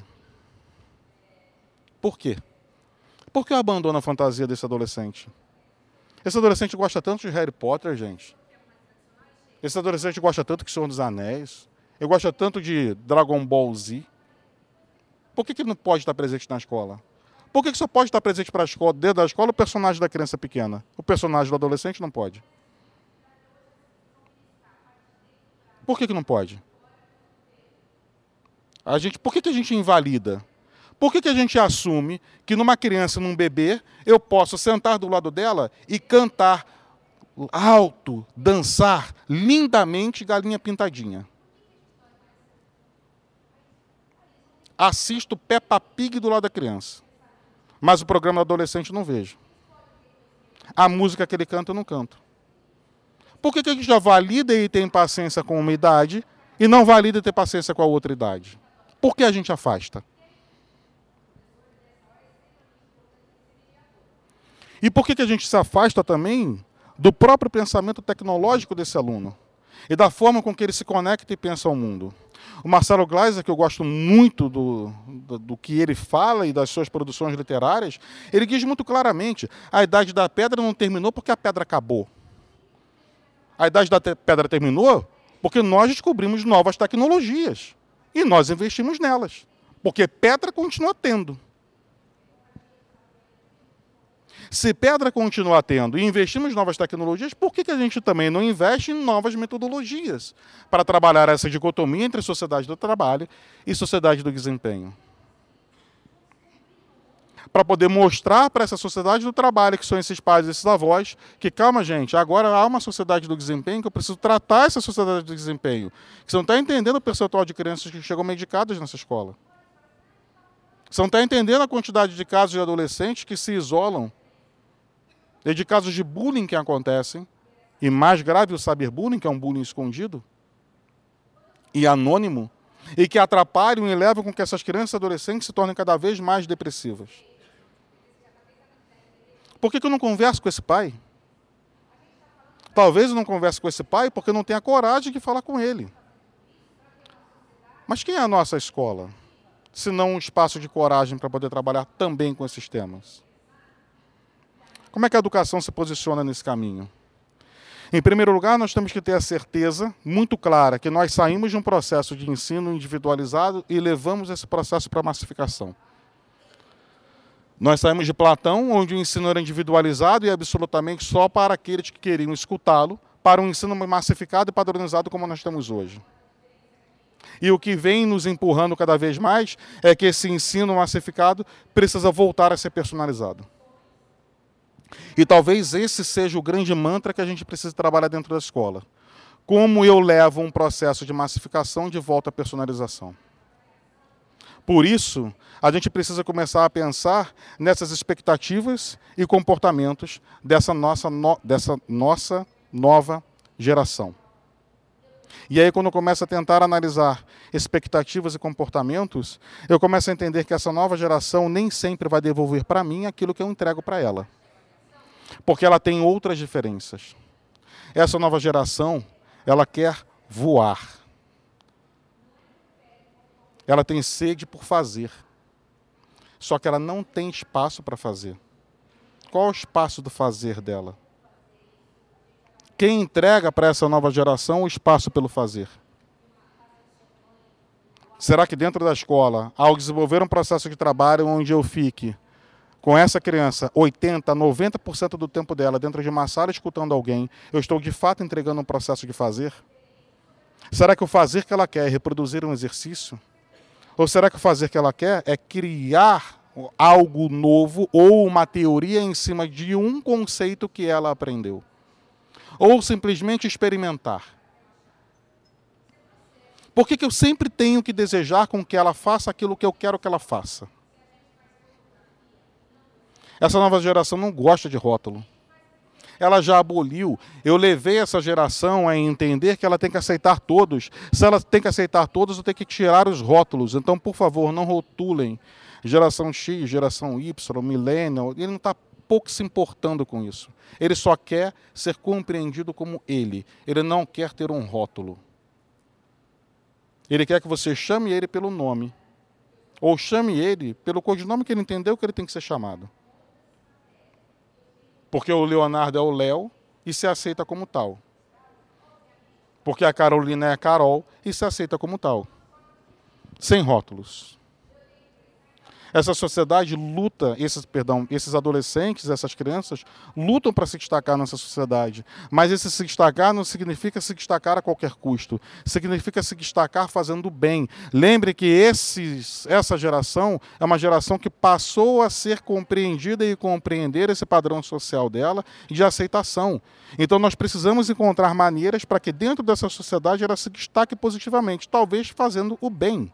Por quê? Por que eu abandono a fantasia desse adolescente? Esse adolescente gosta tanto de Harry Potter, gente. Esse adolescente gosta tanto de Senhor dos Anéis. Ele gosta tanto de Dragon Ball Z. Por que ele não pode estar presente na escola? Por que só pode estar presente para a escola, dentro da escola, o personagem da criança pequena? O personagem do adolescente não pode. Por que não pode? Por que a gente invalida? Por que a gente assume que numa criança, num bebê, eu posso sentar do lado dela e cantar alto, dançar lindamente Galinha Pintadinha? Assisto Peppa Pig do lado da criança, mas o programa do adolescente eu não vejo. A música que ele canta eu não canto. Por que a gente já valida e tem paciência com uma idade e não valida ter paciência com a outra idade? Por que a gente afasta? E por que a gente se afasta também do próprio pensamento tecnológico desse aluno? E da forma com que ele se conecta e pensa ao mundo? O Marcelo Gleiser, que eu gosto muito do que ele fala e das suas produções literárias, ele diz muito claramente, a idade da pedra não terminou porque a pedra acabou. A idade da pedra terminou porque nós descobrimos novas tecnologias e nós investimos nelas. Porque pedra continua tendo. Se pedra continua tendo e investimos em novas tecnologias, por que a gente também não investe em novas metodologias para trabalhar essa dicotomia entre sociedade do trabalho e sociedade do desempenho? Para poder mostrar para essa sociedade do trabalho, que são esses pais e esses avós, que calma, gente, agora há uma sociedade do desempenho que eu preciso tratar essa sociedade do desempenho. Você não está entendendo o percentual de crianças que chegam medicadas nessa escola. Você não está entendendo a quantidade de casos de adolescentes que se isolam e de casos de bullying que acontecem, e mais grave o cyberbullying, que é um bullying escondido e anônimo, e que atrapalham e levam com que essas crianças e adolescentes se tornem cada vez mais depressivas. Por que eu não converso com esse pai? Talvez eu não converse com esse pai porque eu não tenho a coragem de falar com ele. Mas quem é a nossa escola? Se não um espaço de coragem para poder trabalhar também com esses temas. Como é que a educação se posiciona nesse caminho? Em primeiro lugar, nós temos que ter a certeza muito clara que nós saímos de um processo de ensino individualizado e levamos esse processo para a massificação. Nós saímos de Platão, onde o ensino era individualizado e absolutamente só para aqueles que queriam escutá-lo, para um ensino massificado e padronizado como nós temos hoje. E o que vem nos empurrando cada vez mais é que esse ensino massificado precisa voltar a ser personalizado. E talvez esse seja o grande mantra que a gente precisa trabalhar dentro da escola. Como eu levo um processo de massificação de volta à personalização? Por isso, a gente precisa começar a pensar nessas expectativas e comportamentos dessa nossa nova geração. E aí, quando eu começo a tentar analisar expectativas e comportamentos, eu começo a entender que essa nova geração nem sempre vai devolver para mim aquilo que eu entrego para ela. Porque ela tem outras diferenças. Essa nova geração, ela quer voar. Ela tem sede por fazer. Só que ela não tem espaço para fazer. Qual é o espaço do fazer dela? Quem entrega para essa nova geração o espaço pelo fazer? Será que dentro da escola, ao desenvolver um processo de trabalho onde eu fique com essa criança 80%, 90% do tempo dela dentro de uma sala escutando alguém, eu estou de fato entregando um processo de fazer? Será que o fazer que ela quer é reproduzir um exercício? Ou será que o fazer que ela quer é criar algo novo ou uma teoria em cima de um conceito que ela aprendeu? Ou simplesmente experimentar? Por que eu sempre tenho que desejar com que ela faça aquilo que eu quero que ela faça? Essa nova geração não gosta de rótulo. Ela já aboliu. Eu levei essa geração a entender que ela tem que aceitar todos. Se ela tem que aceitar todos, eu tenho que tirar os rótulos. Então, por favor, não rotulem geração X, geração Y, millennial. Ele não está pouco se importando com isso. Ele só quer ser compreendido como ele. Ele não quer ter um rótulo. Ele quer que você chame ele pelo nome. Ou chame ele pelo codinome que ele entendeu que ele tem que ser chamado. Porque o Leonardo é o Léo e se aceita como tal. Porque a Carolina é a Carol e se aceita como tal. Sem rótulos. Essa sociedade luta, esses adolescentes, essas crianças, lutam para se destacar nessa sociedade. Mas esse se destacar não significa se destacar a qualquer custo. Significa se destacar fazendo bem. Lembre que essa geração é uma geração que passou a ser compreendida e compreender esse padrão social dela de aceitação. Então nós precisamos encontrar maneiras para que dentro dessa sociedade ela se destaque positivamente, talvez fazendo o bem.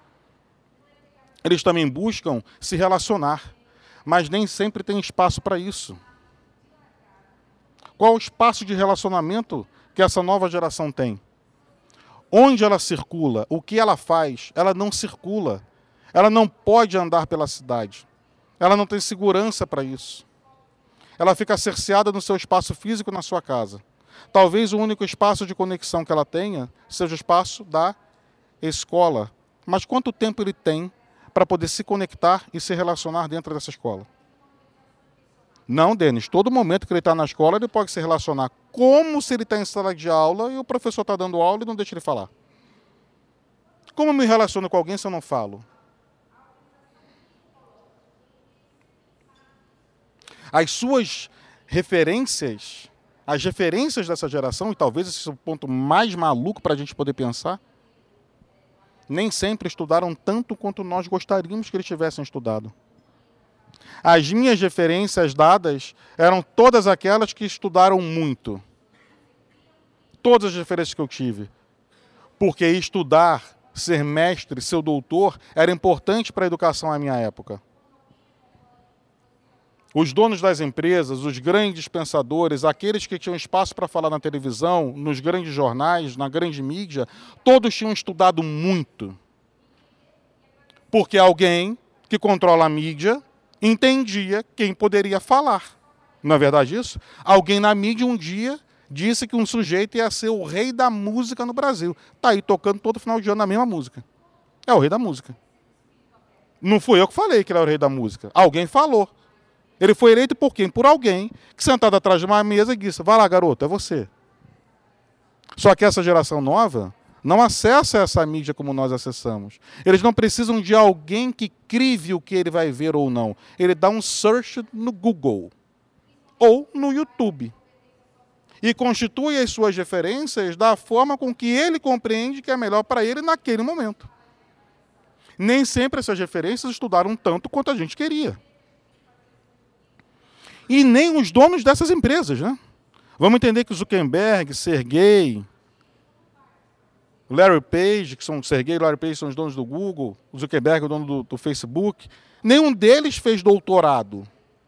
Eles também buscam se relacionar, mas nem sempre tem espaço para isso. Qual o espaço de relacionamento que essa nova geração tem? Onde ela circula? O que ela faz? Ela não circula. Ela não pode andar pela cidade. Ela não tem segurança para isso. Ela fica cerceada no seu espaço físico na sua casa. Talvez o único espaço de conexão que ela tenha seja o espaço da escola. Mas quanto tempo ele tem para poder se conectar e se relacionar dentro dessa escola? Não, Denis, todo momento que ele está na escola, ele pode se relacionar como se ele está em sala de aula e o professor está dando aula e não deixa ele falar. Como eu me relaciono com alguém se eu não falo? As suas referências, as referências dessa geração, e talvez esse seja o ponto mais maluco para a gente poder pensar, nem sempre estudaram tanto quanto nós gostaríamos que eles tivessem estudado. As minhas referências dadas eram todas aquelas que estudaram muito. Todas as referências que eu tive. Porque estudar, ser mestre, ser doutor, era importante para a educação na minha época. Os donos das empresas, os grandes pensadores, aqueles que tinham espaço para falar na televisão, nos grandes jornais, na grande mídia, todos tinham estudado muito. Porque alguém que controla a mídia entendia quem poderia falar. Não é verdade isso? Alguém na mídia um dia disse que um sujeito ia ser o rei da música no Brasil. Está aí tocando todo final de ano a mesma música. É o rei da música. Não fui eu que falei que ele era o rei da música. Alguém falou. Ele foi eleito por quem? Por alguém que sentado atrás de uma mesa disse: vai lá, garoto, é você. Só que essa geração nova não acessa essa mídia como nós acessamos. Eles não precisam de alguém que crive o que ele vai ver ou não. Ele dá um search no Google ou no YouTube e constitui as suas referências da forma com que ele compreende que é melhor para ele naquele momento. Nem sempre essas referências estudaram tanto quanto a gente queria. E nem os donos dessas empresas, né? Vamos entender que o Zuckerberg, Sergey, Larry Page, que são Sergey e Larry Page são os donos do Google, o Zuckerberg é o dono do Facebook, nenhum deles fez doutorado.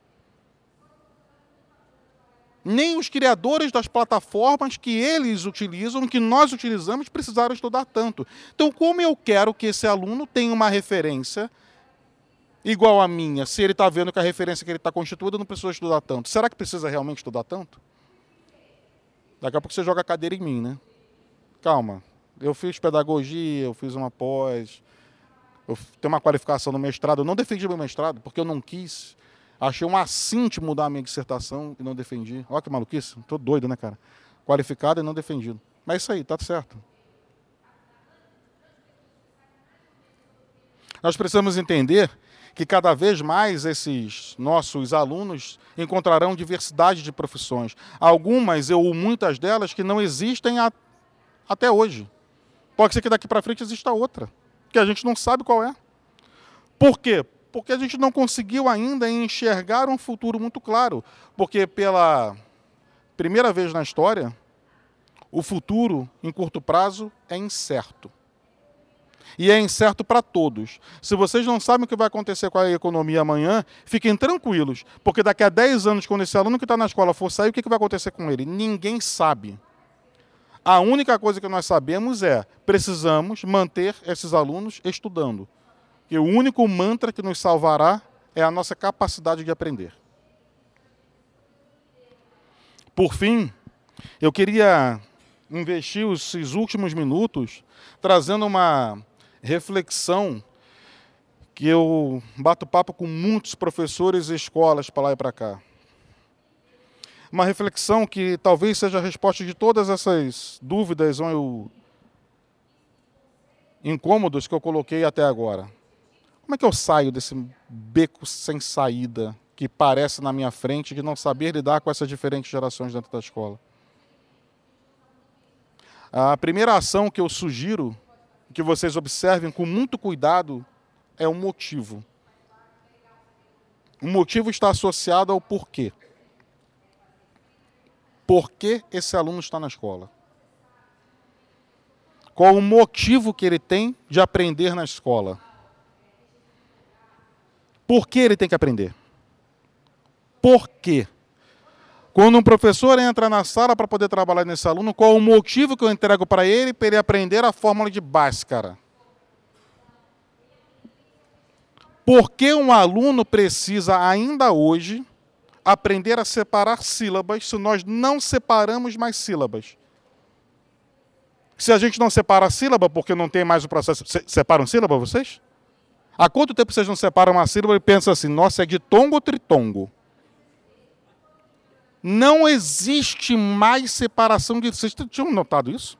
Nem os criadores das plataformas que eles utilizam, que nós utilizamos, precisaram estudar tanto. Então, como eu quero que esse aluno tenha uma referência igual a minha, se ele está vendo que a referência que ele está constituída não precisa estudar tanto? Será que precisa realmente estudar tanto? Daqui a pouco você joga a cadeira em mim, né? Calma. Eu fiz pedagogia, eu fiz uma pós, eu tenho uma qualificação no mestrado. Eu não defendi meu mestrado porque eu não quis. Achei um assinte mudar a minha dissertação e não defendi. Olha que maluquice. Tô doido, né, cara? Qualificado e não defendido. Mas é isso aí, tá certo. Nós precisamos entender que cada vez mais esses nossos alunos encontrarão diversidade de profissões. Algumas, ou muitas delas, que não existem até hoje. Pode ser que daqui para frente exista outra, que a gente não sabe qual é. Por quê? Porque a gente não conseguiu ainda enxergar um futuro muito claro. Porque pela primeira vez na história, o futuro, em curto prazo, é incerto. E é incerto para todos. Se vocês não sabem o que vai acontecer com a economia amanhã, fiquem tranquilos. Porque daqui a 10 anos, quando esse aluno que está na escola for sair, o que vai acontecer com ele? Ninguém sabe. A única coisa que nós sabemos é: precisamos manter esses alunos estudando. E o único mantra que nos salvará é a nossa capacidade de aprender. Por fim, eu queria investir esses últimos minutos trazendo uma reflexão que eu bato papo com muitos professores e escolas para lá e para cá. Uma reflexão que talvez seja a resposta de todas essas dúvidas ou incômodos que eu coloquei até agora. Como é que eu saio desse beco sem saída que parece na minha frente de não saber lidar com essas diferentes gerações dentro da escola? A primeira ação que eu sugiro que vocês observem com muito cuidado é o motivo. O motivo está associado ao porquê. Por que esse aluno está na escola? Qual o motivo que ele tem de aprender na escola? Por que ele tem que aprender? Por quê? Quando um professor entra na sala para poder trabalhar nesse aluno, qual o motivo que eu entrego para ele aprender a fórmula de Bhaskara? Por que um aluno precisa ainda hoje aprender a separar sílabas se nós não separamos mais sílabas? Se a gente não separa a sílaba porque não tem mais o processo... Separam sílaba vocês? Há quanto tempo vocês não separam uma sílaba e pensam assim: nossa, é ditongo ou tritongo? Não existe mais separação de... Vocês tinham notado isso?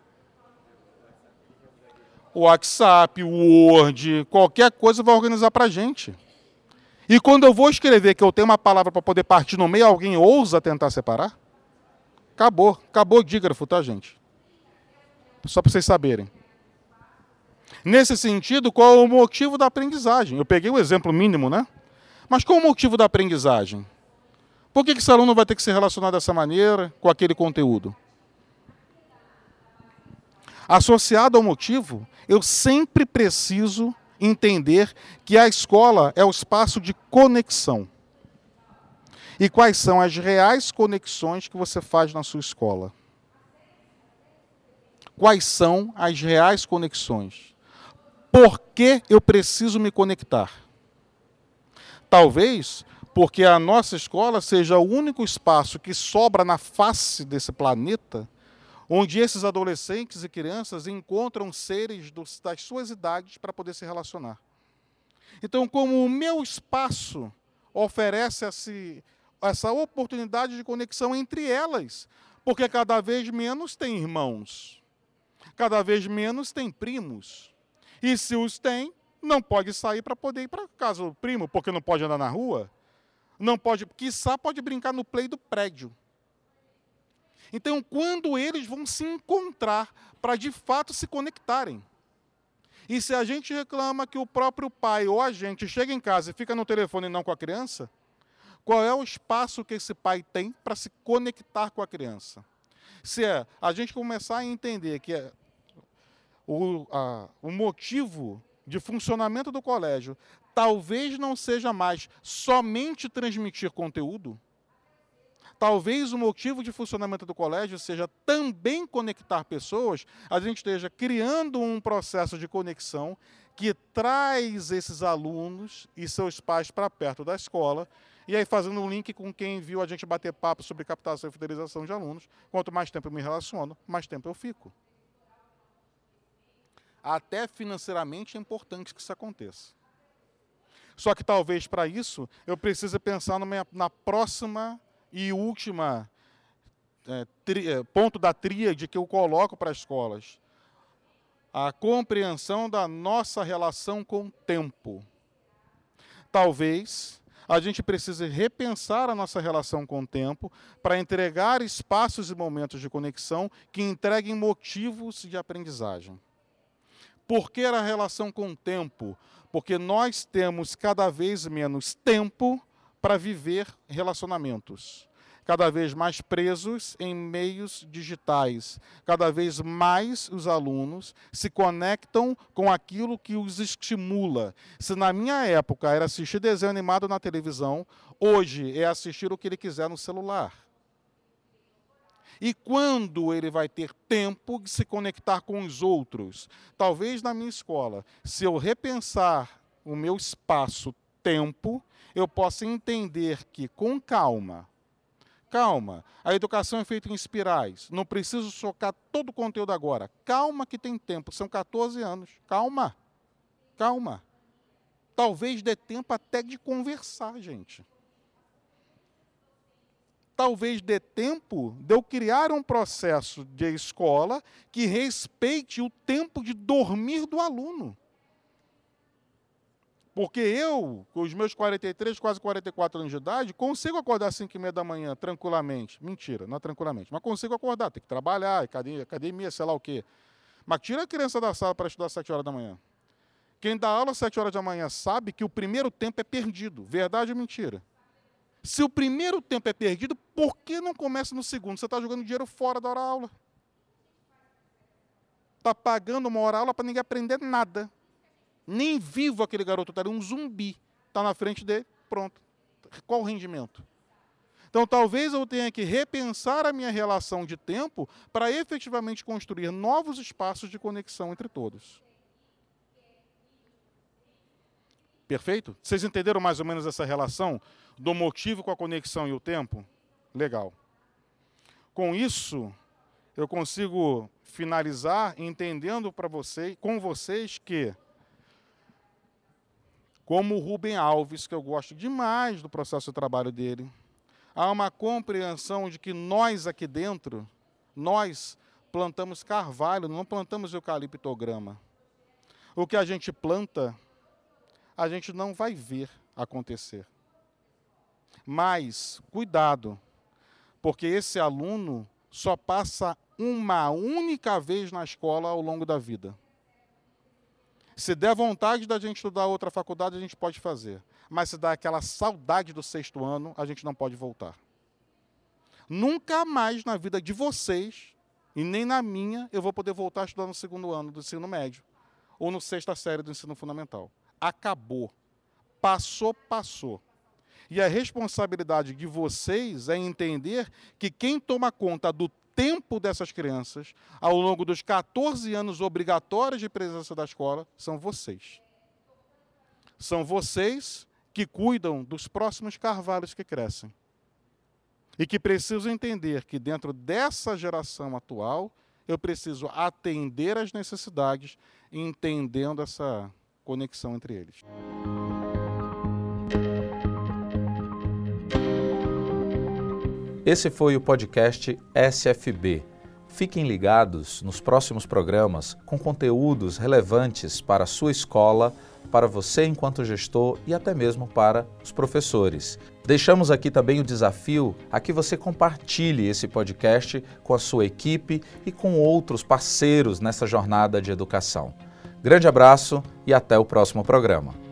O WhatsApp, o Word, qualquer coisa vai organizar para a gente. E quando eu vou escrever que eu tenho uma palavra para poder partir no meio, alguém ousa tentar separar? Acabou. Acabou o dígrafo, tá, gente? Só para vocês saberem. Nesse sentido, qual é o motivo da aprendizagem? Eu peguei o exemplo mínimo, né? Mas qual é o motivo da aprendizagem? Por que esse aluno vai ter que se relacionar dessa maneira com aquele conteúdo? Associado ao motivo, eu sempre preciso entender que a escola é o espaço de conexão. E quais são as reais conexões que você faz na sua escola? Quais são as reais conexões? Por que eu preciso me conectar? Talvez porque a nossa escola seja o único espaço que sobra na face desse planeta onde esses adolescentes e crianças encontram seres das suas idades para poder se relacionar. Então, como o meu espaço oferece essa oportunidade de conexão entre elas, porque cada vez menos tem irmãos, cada vez menos tem primos, e se os tem, não pode sair para poder ir para casa do primo, porque não pode andar na rua, não pode, quiçá pode brincar no play do prédio. Então, quando eles vão se encontrar para de fato se conectarem? E se a gente reclama que o próprio pai ou a gente chega em casa e fica no telefone e não com a criança, qual é o espaço que esse pai tem para se conectar com a criança? Se a gente começar a entender que o motivo de funcionamento do colégio talvez não seja mais somente transmitir conteúdo, talvez o motivo de funcionamento do colégio seja também conectar pessoas, a gente esteja criando um processo de conexão que traz esses alunos e seus pais para perto da escola, e aí fazendo um link com quem viu a gente bater papo sobre captação e fidelização de alunos, quanto mais tempo eu me relaciono, mais tempo eu fico. Até financeiramente é importante que isso aconteça. Só que talvez para isso eu precise pensar na próxima e última ponto da tríade que eu coloco para as escolas. A compreensão da nossa relação com o tempo. Talvez a gente precise repensar a nossa relação com o tempo para entregar espaços e momentos de conexão que entreguem motivos de aprendizagem. Por que a relação com o tempo? Porque nós temos cada vez menos tempo para viver relacionamentos. Cada vez mais presos em meios digitais. Cada vez mais os alunos se conectam com aquilo que os estimula. Se na minha época era assistir desenho animado na televisão, hoje é assistir o que ele quiser no celular. E quando ele vai ter tempo de se conectar com os outros? Talvez na minha escola, se eu repensar o meu espaço-tempo, eu possa entender que, com calma, a educação é feita em espirais, não preciso socar todo o conteúdo agora. Calma que tem tempo, são 14 anos. Calma. Talvez dê tempo até de conversar, gente. Talvez dê tempo de eu criar um processo de escola que respeite o tempo de dormir do aluno. Porque eu, com os meus 43, quase 44 anos de idade, consigo acordar às 5h30 da manhã, tranquilamente. Mentira, não é tranquilamente, mas consigo acordar, tem que trabalhar, academia, sei lá o quê. Mas tira a criança da sala para estudar às 7 horas da manhã. Quem dá aula às 7 horas da manhã sabe que o primeiro tempo é perdido. Verdade ou mentira? Se o primeiro tempo é perdido, por que não começa no segundo? Você está jogando dinheiro fora da hora-aula. Está pagando uma hora-aula para ninguém aprender nada. Nem vivo aquele garoto, está ali, um zumbi. Está na frente dele, pronto. Qual o rendimento? Então, talvez eu tenha que repensar a minha relação de tempo para efetivamente construir novos espaços de conexão entre todos. Perfeito? Vocês entenderam mais ou menos essa relação do motivo com a conexão e o tempo? Legal. Com isso, eu consigo finalizar entendendo com vocês que, como o Rubem Alves, que eu gosto demais do processo de trabalho dele, há uma compreensão de que nós aqui dentro, nós plantamos carvalho, não plantamos eucaliptograma. O que a gente planta, a gente não vai ver, acontecer. Mas, cuidado, porque esse aluno só passa uma única vez na escola ao longo da vida. Se der vontade da gente estudar outra faculdade, a gente pode fazer. Mas se dá aquela saudade do 6º ano, a gente não pode voltar. Nunca mais na vida de vocês, e nem na minha, eu vou poder voltar a estudar no 2º ano do ensino médio, ou no 6ª série do ensino fundamental. Acabou. Passou, passou. E a responsabilidade de vocês é entender que quem toma conta do tempo dessas crianças, ao longo dos 14 anos obrigatórios de presença da escola, são vocês. São vocês que cuidam dos próximos carvalhos que crescem. E que precisam entender que dentro dessa geração atual, eu preciso atender às necessidades, entendendo essa conexão entre eles. Esse foi o podcast SFB. Fiquem ligados nos próximos programas com conteúdos relevantes para a sua escola, para você enquanto gestor e até mesmo para os professores. Deixamos aqui também o desafio a que você compartilhe esse podcast com a sua equipe e com outros parceiros nessa jornada de educação. Grande abraço e até o próximo programa.